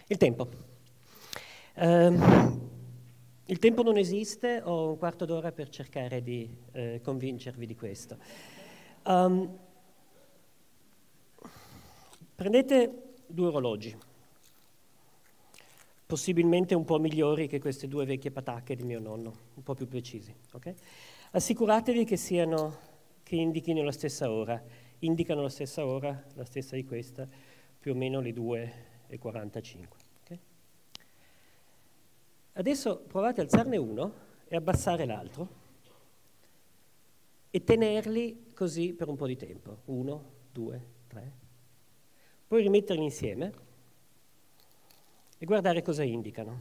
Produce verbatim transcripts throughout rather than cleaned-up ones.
Il tempo. Um, il tempo non esiste, ho un quarto d'ora per cercare di eh, convincervi di questo. Um, prendete due orologi, possibilmente un po' migliori che queste due vecchie patacche di mio nonno, un po' più precisi. Okay? Assicuratevi che siano, che indichino la stessa ora, indicano la stessa ora, la stessa di questa, più o meno le due e quarantacinque. Okay? Adesso provate a alzarne uno e abbassare l'altro e tenerli così per un po' di tempo. Uno, due, tre. Poi rimetterli insieme e guardare cosa indicano.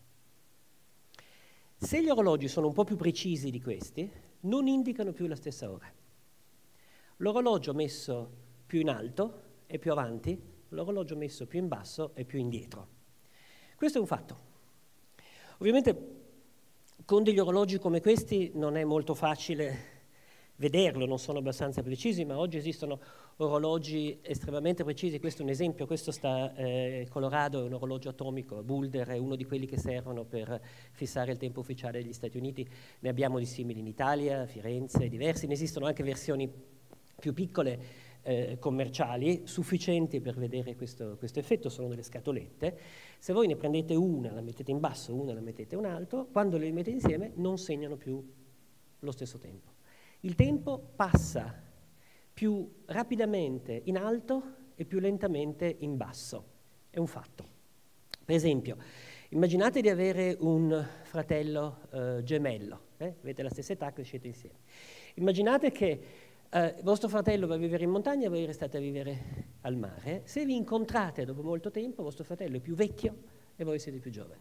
Se gli orologi sono un po' più precisi di questi, non indicano più la stessa ora. L'orologio messo più in alto è più avanti, l'orologio messo più in basso è più indietro. Questo è un fatto. Ovviamente con degli orologi come questi non è molto facile vederlo, non sono abbastanza precisi, ma oggi esistono orologi estremamente precisi. Questo è un esempio, questo sta eh, Colorado, è un orologio atomico, Boulder è uno di quelli che servono per fissare il tempo ufficiale degli Stati Uniti, ne abbiamo di simili in Italia, Firenze, diversi, ne esistono anche versioni più piccole, Eh, commerciali, sufficienti per vedere questo, questo effetto, sono delle scatolette. Se voi ne prendete una, la mettete in basso, una la mettete in alto, quando le mettete insieme non segnano più lo stesso tempo. Il tempo passa più rapidamente in alto e più lentamente in basso, è un fatto. Per esempio, immaginate di avere un fratello eh, gemello, eh? avete la stessa età, crescete insieme. Immaginate che Uh, vostro fratello va a vivere in montagna e voi restate a vivere al mare. Se vi incontrate dopo molto tempo, vostro fratello è più vecchio e voi siete più giovani.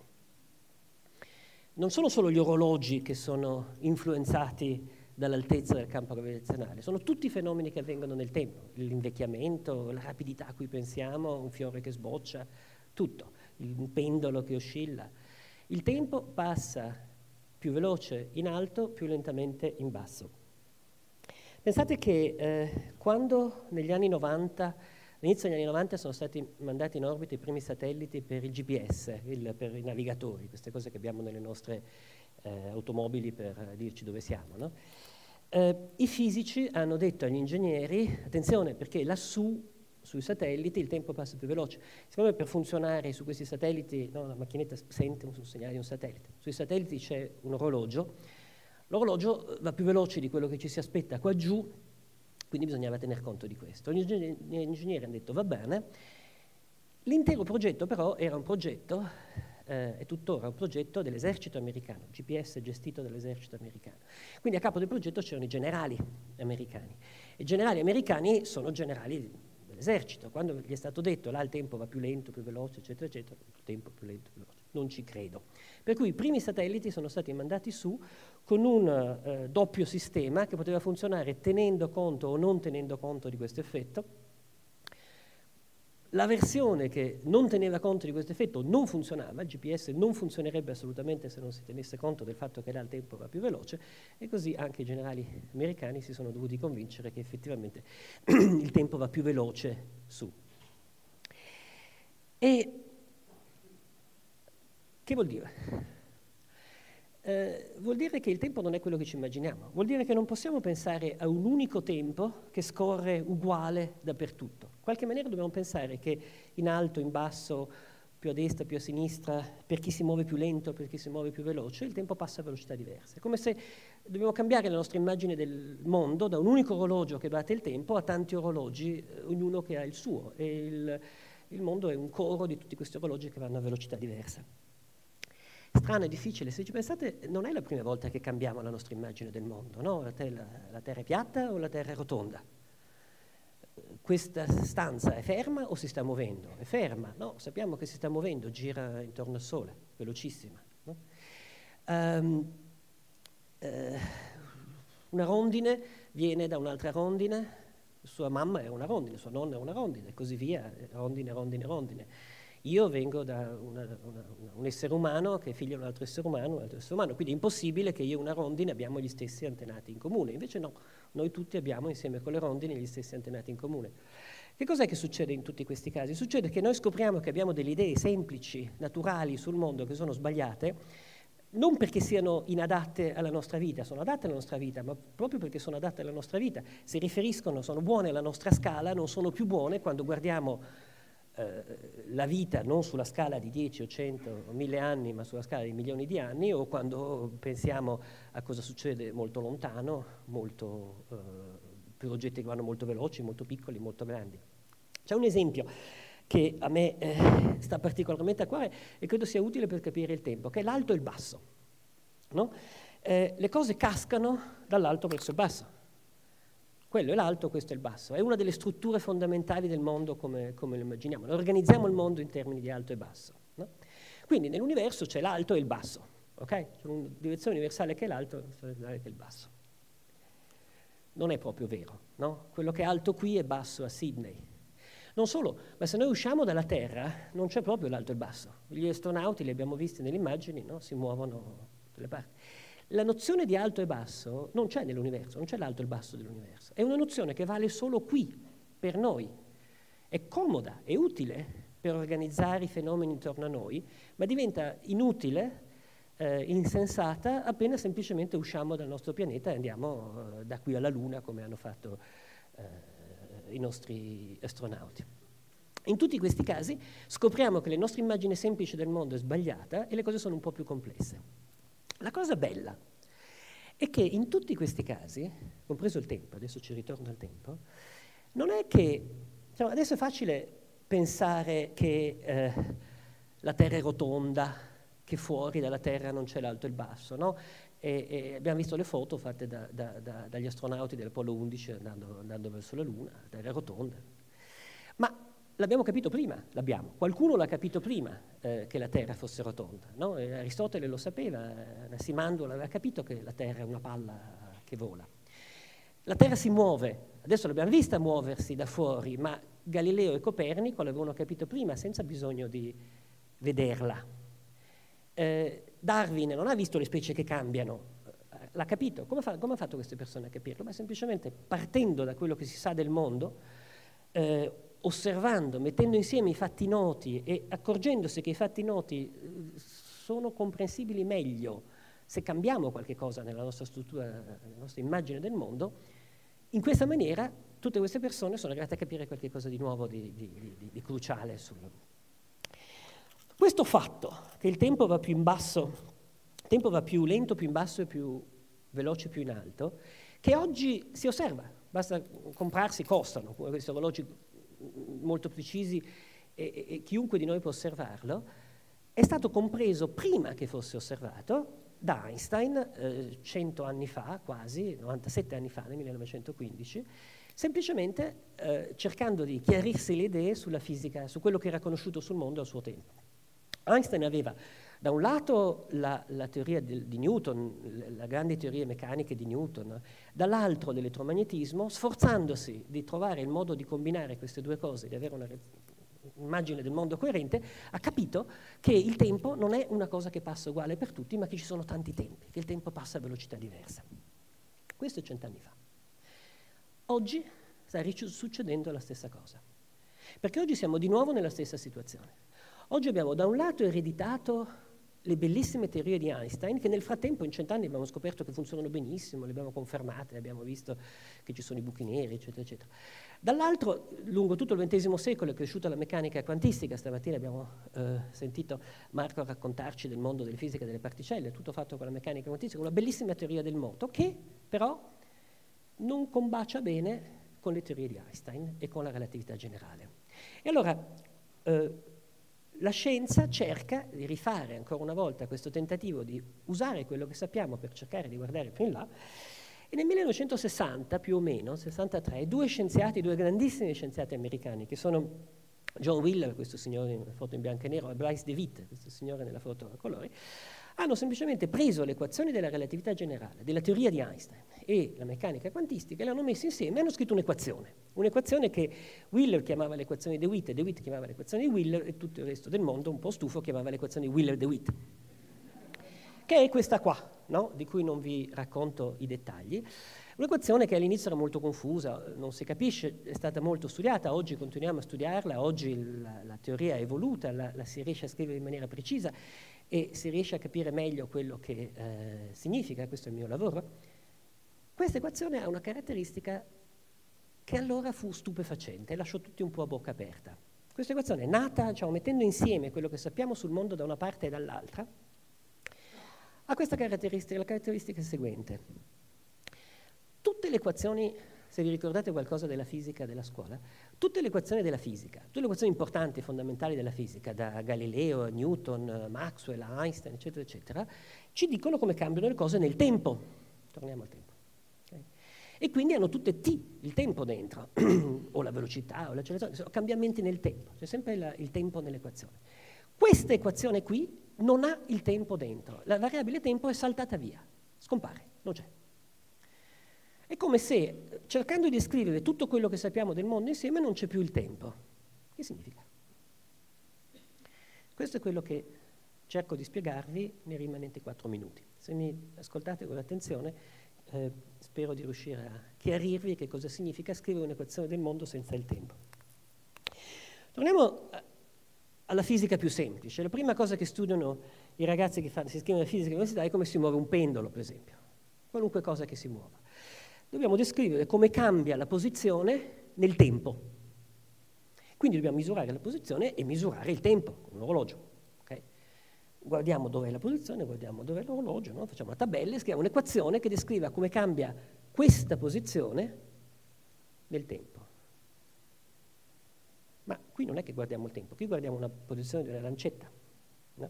Non sono solo gli orologi che sono influenzati dall'altezza del campo gravitazionale, sono tutti i fenomeni che avvengono nel tempo, l'invecchiamento, la rapidità a cui pensiamo, un fiore che sboccia, tutto, un pendolo che oscilla. Il tempo passa più veloce in alto, più lentamente in basso. Pensate che eh, quando negli anni novanta, all'inizio degli anni novanta sono stati mandati in orbita i primi satelliti per il G P S, il, per i navigatori, queste cose che abbiamo nelle nostre eh, automobili per dirci dove siamo, no? eh, I fisici hanno detto agli ingegneri, attenzione perché lassù sui satelliti il tempo passa più veloce. Siccome per funzionare su questi satelliti, no, la macchinetta sente un segnale di un satellite, sui satelliti c'è un orologio. L'orologio va più veloce di quello che ci si aspetta qua giù, quindi bisognava tener conto di questo. Gli ingegneri, gli ingegneri hanno detto va bene, l'intero progetto però era un progetto, eh, è tuttora un progetto dell'esercito americano, G P S gestito dall'esercito americano. Quindi a capo del progetto c'erano i generali americani. I generali americani sono generali dell'esercito. Quando gli è stato detto là il tempo va più lento, più veloce, eccetera, eccetera, il tempo più lento, più veloce, non ci credo. Per cui i primi satelliti sono stati mandati su con un eh, doppio sistema che poteva funzionare tenendo conto o non tenendo conto di questo effetto. La versione che non teneva conto di questo effetto non funzionava, il G P S non funzionerebbe assolutamente se non si tenesse conto del fatto che là il tempo va più veloce, e così anche i generali americani si sono dovuti convincere che effettivamente il tempo va più veloce su. E che vuol dire? Eh, vuol dire che il tempo non è quello che ci immaginiamo, vuol dire che non possiamo pensare a un unico tempo che scorre uguale dappertutto. In qualche maniera dobbiamo pensare che in alto, in basso, più a destra, più a sinistra, per chi si muove più lento, per chi si muove più veloce, il tempo passa a velocità diverse. È come se dobbiamo cambiare la nostra immagine del mondo da un unico orologio che batte il tempo a tanti orologi, eh, ognuno che ha il suo, e il, il mondo è un coro di tutti questi orologi che vanno a velocità diverse. Strano e difficile, se ci pensate non è la prima volta che cambiamo la nostra immagine del mondo, no? La, te la, la Terra è piatta o la Terra è rotonda? Questa stanza è ferma o si sta muovendo? È ferma, no? Sappiamo che si sta muovendo, gira intorno al Sole, velocissima. No? Um, eh, una rondine viene da un'altra rondine, sua mamma è una rondine, sua nonna è una rondine, e così via, rondine, rondine, rondine. Io vengo da una, una, un essere umano che è figlio di un altro essere umano, un altro essere umano, quindi è impossibile che io e una rondine abbiamo gli stessi antenati in comune. Invece no, noi tutti abbiamo insieme con le rondini gli stessi antenati in comune. Che cos'è che succede in tutti questi casi? Succede che noi scopriamo che abbiamo delle idee semplici, naturali sul mondo che sono sbagliate, non perché siano inadatte alla nostra vita, sono adatte alla nostra vita, ma proprio perché sono adatte alla nostra vita. Si riferiscono, sono buone alla nostra scala, non sono più buone quando guardiamo eh, la vita non sulla scala di dieci o cento o mille anni, ma sulla scala di milioni di anni, o quando pensiamo a cosa succede molto lontano, molto... Eh, per oggetti che vanno molto veloci, molto piccoli, molto grandi. C'è un esempio che a me eh, sta particolarmente a cuore e credo sia utile per capire il tempo, che è l'alto e il basso. No? Eh, le cose cascano dall'alto verso il basso. Quello è l'alto, questo è il basso. È una delle strutture fondamentali del mondo come, come lo immaginiamo. Noi organizziamo il mondo in termini di alto e basso. No? Quindi nell'universo c'è l'alto e il basso. Okay? C'è una direzione universale che è l'alto e una direzione universale che è il basso. Non è proprio vero, no? Quello che è alto qui è basso a Sydney. Non solo, ma se noi usciamo dalla Terra non c'è proprio l'alto e il basso. Gli astronauti, li abbiamo visti nelle immagini, no? Si muovono da tutte le parti. La nozione di alto e basso non c'è nell'universo, non c'è l'alto e il basso dell'universo. È una nozione che vale solo qui, per noi. È comoda, è utile per organizzare i fenomeni intorno a noi, ma diventa inutile, Eh, insensata appena semplicemente usciamo dal nostro pianeta e andiamo eh, da qui alla Luna come hanno fatto eh, i nostri astronauti. In tutti questi casi scopriamo che la nostra immagine semplice del mondo è sbagliata e le cose sono un po' più complesse. La cosa bella è che in tutti questi casi, compreso il tempo, adesso ci ritorno al tempo, non è che, diciamo, adesso è facile pensare che eh, la Terra è rotonda, che fuori dalla Terra non c'è l'alto e il basso, no? E, e abbiamo visto le foto fatte da, da, da, dagli astronauti dell'Apollo undici andando, andando verso la Luna, la Terra è rotonda. Ma l'abbiamo capito prima, l'abbiamo. Qualcuno l'ha capito prima eh, che la Terra fosse rotonda, no? E Aristotele lo sapeva, Anassimandulo aveva capito che la Terra è una palla che vola. La Terra si muove, adesso l'abbiamo vista muoversi da fuori, ma Galileo e Copernico l'avevano capito prima senza bisogno di vederla. Eh, Darwin non ha visto le specie che cambiano, eh, l'ha capito. Come, fa, come ha fatto queste persone a capirlo? Beh, semplicemente partendo da quello che si sa del mondo, eh, osservando, mettendo insieme i fatti noti e accorgendosi che i fatti noti eh, sono comprensibili meglio se cambiamo qualche cosa nella nostra struttura, nella nostra immagine del mondo. In questa maniera tutte queste persone sono arrivate a capire qualche cosa di nuovo, di, di, di, di cruciale sul mondo. Questo fatto che il tempo va più in basso, il tempo va più lento, più in basso e più veloce, più in alto, che oggi si osserva, basta comprarsi, costano questi orologi molto precisi e, e, e chiunque di noi può osservarlo, è stato compreso prima che fosse osservato da Einstein, eh, cento anni fa, quasi, novantasette anni fa, nel millenovecentoquindici, semplicemente eh, cercando di chiarirsi le idee sulla fisica, su quello che era conosciuto sul mondo al suo tempo. Einstein aveva da un lato la, la teoria di, di Newton, la grande teoria meccanica di Newton, dall'altro l'elettromagnetismo, sforzandosi di trovare il modo di combinare queste due cose, di avere un'immagine del mondo coerente, ha capito che il tempo non è una cosa che passa uguale per tutti, ma che ci sono tanti tempi, che il tempo passa a velocità diverse. Questo è cent'anni fa. Oggi sta succedendo la stessa cosa, perché oggi siamo di nuovo nella stessa situazione. Oggi abbiamo da un lato ereditato le bellissime teorie di Einstein, che nel frattempo in cent'anni abbiamo scoperto che funzionano benissimo, le abbiamo confermate, abbiamo visto che ci sono i buchi neri, eccetera, eccetera. Dall'altro, lungo tutto il ventesimo secolo è cresciuta la meccanica quantistica. Stamattina abbiamo eh, sentito Marco raccontarci del mondo delle fisiche delle particelle, tutto fatto con la meccanica quantistica, una bellissima teoria del moto, che però non combacia bene con le teorie di Einstein e con la relatività generale. E allora eh, la scienza cerca di rifare ancora una volta questo tentativo di usare quello che sappiamo per cercare di guardare più in là, e nel millenovecentosessanta più o meno, sessantatré, due scienziati, due grandissimi scienziati americani, che sono John Wheeler, questo signore nella foto in bianco e nero, e Bryce DeWitt, questo signore nella foto a colori, hanno semplicemente preso le equazioni della relatività generale, della teoria di Einstein e la meccanica quantistica e le hanno messe insieme e hanno scritto un'equazione. Un'equazione che Wheeler chiamava l'equazione di DeWitt e DeWitt chiamava l'equazione di Wheeler e tutto il resto del mondo, un po' stufo, chiamava l'equazione di Wheeler-DeWitt. che è questa qua, no? Di cui non vi racconto i dettagli. Un'equazione che all'inizio era molto confusa, non si capisce, è stata molto studiata, oggi continuiamo a studiarla, oggi la, la teoria è evoluta, la, la si riesce a scrivere in maniera precisa e si riesce a capire meglio quello che eh, significa, questo è il mio lavoro. Questa equazione ha una caratteristica che allora fu stupefacente, lasciò tutti un po' a bocca aperta. Questa equazione è nata, diciamo, mettendo insieme quello che sappiamo sul mondo da una parte e dall'altra, ha questa caratteristica, la caratteristica seguente. Tutte le equazioni, se vi ricordate qualcosa della fisica della scuola, tutte le equazioni della fisica, tutte le equazioni importanti, fondamentali della fisica, da Galileo, Newton, Maxwell, Einstein, eccetera, eccetera, ci dicono come cambiano le cose nel tempo. Torniamo al tempo. Okay? E quindi hanno tutte T, il tempo dentro, o la velocità, o l'accelerazione, sono cambiamenti nel tempo, c'è sempre la, il tempo nell'equazione. Questa equazione qui non ha il tempo dentro, la variabile tempo è saltata via, scompare, non c'è. È come se, cercando di descrivere tutto quello che sappiamo del mondo insieme, non c'è più il tempo. Che significa? Questo è quello che cerco di spiegarvi nei rimanenti quattro minuti. Se mi ascoltate con attenzione, eh, spero di riuscire a chiarirvi che cosa significa scrivere un'equazione del mondo senza il tempo. Torniamo alla fisica più semplice. La prima cosa che studiano i ragazzi che fanno, si iscrivono alla fisica all'università è come si muove un pendolo, per esempio. Qualunque cosa che si muova. Dobbiamo descrivere come cambia la posizione nel tempo. Quindi dobbiamo misurare la posizione e misurare il tempo con un orologio. Okay? Guardiamo dov'è la posizione, guardiamo dov'è l'orologio, no? Facciamo una tabella e scriviamo un'equazione che descriva come cambia questa posizione nel tempo. Ma qui non è che guardiamo il tempo, qui guardiamo una posizione della lancetta. No?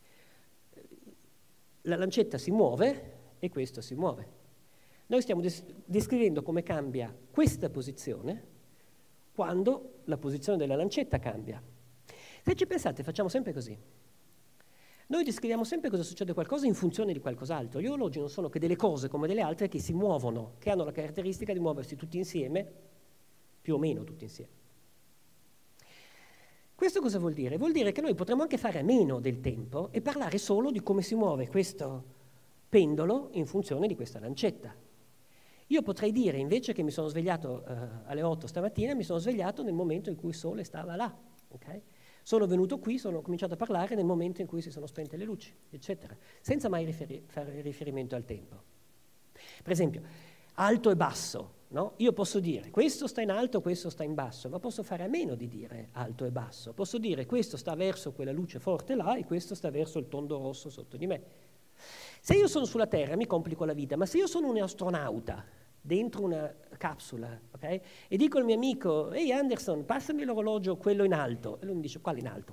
La lancetta si muove e questo si muove. Noi stiamo des- descrivendo come cambia questa posizione quando la posizione della lancetta cambia. Se ci pensate, facciamo sempre così. Noi descriviamo sempre cosa succede qualcosa in funzione di qualcos'altro. Gli orologi non sono che delle cose come delle altre che si muovono, che hanno la caratteristica di muoversi tutti insieme, più o meno tutti insieme. Questo cosa vuol dire? Vuol dire che noi potremmo anche fare a meno del tempo e parlare solo di come si muove questo pendolo in funzione di questa lancetta. Io potrei dire, invece che mi sono svegliato uh, alle otto stamattina, mi sono svegliato nel momento in cui il sole stava là. Okay? Sono venuto qui, sono cominciato a parlare nel momento in cui si sono spente le luci, eccetera, senza mai riferi- fare riferimento al tempo. Per esempio, alto e basso. No? Io posso dire, questo sta in alto, questo sta in basso, ma posso fare a meno di dire alto e basso. Posso dire, questo sta verso quella luce forte là e questo sta verso il tondo rosso sotto di me. Se io sono sulla Terra mi complico la vita, ma se io sono un astronauta dentro una capsula, okay, e dico al mio amico, ehi Anderson, passami l'orologio, quello in alto, e lui mi dice, quale in alto?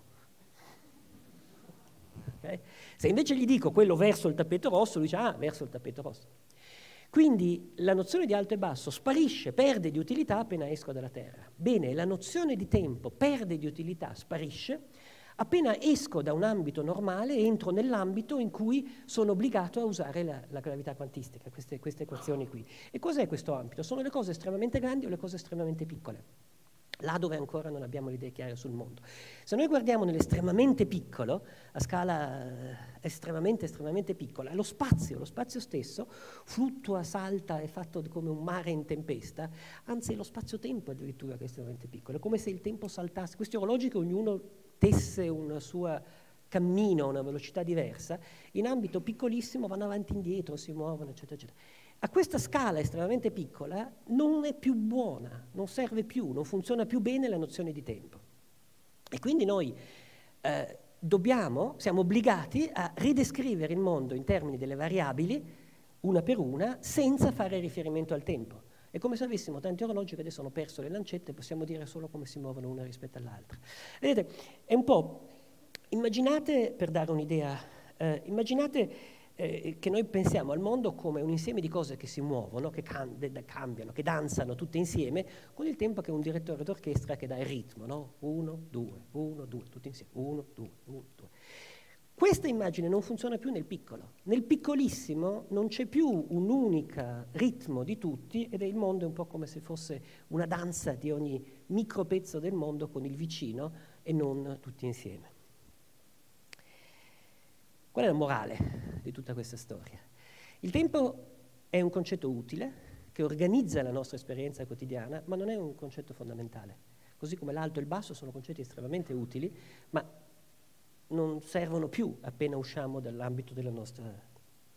Okay? Se invece gli dico quello verso il tappeto rosso, lui dice, ah, verso il tappeto rosso. Quindi la nozione di alto e basso sparisce, perde di utilità appena esco dalla Terra. Bene, la nozione di tempo perde di utilità, sparisce, appena esco da un ambito normale e entro nell'ambito in cui sono obbligato a usare la, la gravità quantistica, queste, queste equazioni qui. E cos'è questo ambito? Sono le cose estremamente grandi o le cose estremamente piccole, là dove ancora non abbiamo le idee chiare sul mondo. Se noi guardiamo nell'estremamente piccolo, a scala eh, estremamente, estremamente piccola, lo spazio, lo spazio stesso, fluttua, salta, è fatto come un mare in tempesta, anzi lo spazio-tempo addirittura che è estremamente piccolo, è come se il tempo saltasse. Questi orologi che ognuno tesse un suo cammino a una velocità diversa, in ambito piccolissimo vanno avanti e indietro, si muovono, eccetera, eccetera. A questa scala estremamente piccola non è più buona, non serve più, non funziona più bene la nozione di tempo. E quindi noi eh, dobbiamo, siamo obbligati a ridescrivere il mondo in termini delle variabili, una per una, senza fare riferimento al tempo. È come se avessimo tanti orologi che adesso hanno perso le lancette e possiamo dire solo come si muovono una rispetto all'altra. Vedete, è un po', immaginate, per dare un'idea, eh, immaginate eh, che noi pensiamo al mondo come un insieme di cose che si muovono, che can- cambiano, che danzano tutte insieme, con il tempo che è un direttore d'orchestra che dà il ritmo, no? Uno, due, uno, due, tutti insieme, uno, due, uno, due. Questa immagine non funziona più nel piccolo. Nel piccolissimo non c'è più un unico ritmo di tutti ed è il mondo è un po' come se fosse una danza di ogni micro pezzo del mondo con il vicino e non tutti insieme. Qual è la morale di tutta questa storia? Il tempo è un concetto utile che organizza la nostra esperienza quotidiana, ma non è un concetto fondamentale. Così come l'alto e il basso sono concetti estremamente utili, ma non servono più appena usciamo dall'ambito della nostra.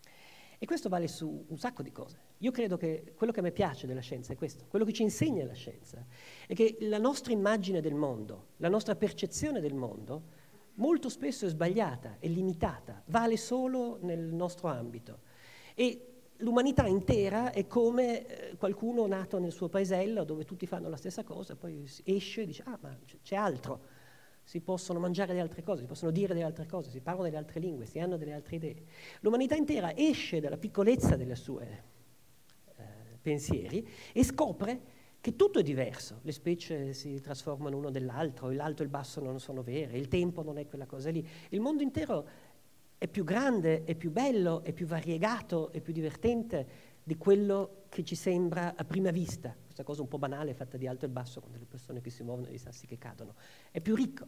E questo vale su un sacco di cose. Io credo che quello che a me piace della scienza è questo, quello che ci insegna la scienza, è che la nostra immagine del mondo, la nostra percezione del mondo, molto spesso è sbagliata, è limitata, vale solo nel nostro ambito. E l'umanità intera è come eh, qualcuno nato nel suo paesello dove tutti fanno la stessa cosa, poi esce e dice, ah, ma c'è altro. Si possono mangiare delle altre cose, si possono dire delle altre cose, si parlano delle altre lingue, si hanno delle altre idee. L'umanità intera esce dalla piccolezza delle sue eh, pensieri e scopre che tutto è diverso. Le specie si trasformano l'uno dell'altro, l'alto e il basso non sono vere, il tempo non è quella cosa lì. Il mondo intero è più grande, è più bello, è più variegato, è più divertente di quello che ci sembra a prima vista. Questa cosa un po' banale fatta di alto e basso con delle persone che si muovono e dei sassi che cadono. È più ricco.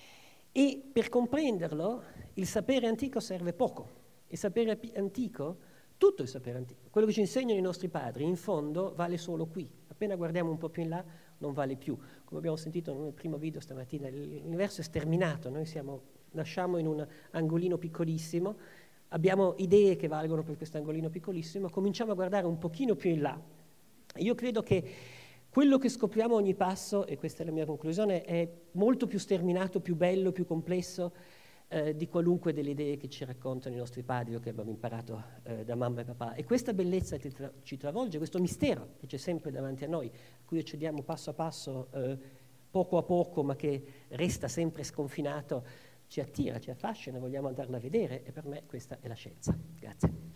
E per comprenderlo il sapere antico serve poco. Il sapere antico, tutto il sapere antico, quello che ci insegnano i nostri padri, in fondo vale solo qui. Appena guardiamo un po' più in là non vale più. Come abbiamo sentito nel primo video stamattina, l'universo è sterminato, noi siamo, nasciamo in un angolino piccolissimo, abbiamo idee che valgono per questo angolino piccolissimo, cominciamo a guardare un pochino più in là. Io credo che quello che scopriamo a ogni passo, e questa è la mia conclusione, è molto più sterminato, più bello, più complesso eh, di qualunque delle idee che ci raccontano i nostri padri o che abbiamo imparato eh, da mamma e papà. E questa bellezza che tra- ci travolge, questo mistero che c'è sempre davanti a noi, a cui accediamo passo a passo, eh, poco a poco, ma che resta sempre sconfinato, ci attira, ci affascina, vogliamo andarla a vedere, e per me questa è la scienza. Grazie.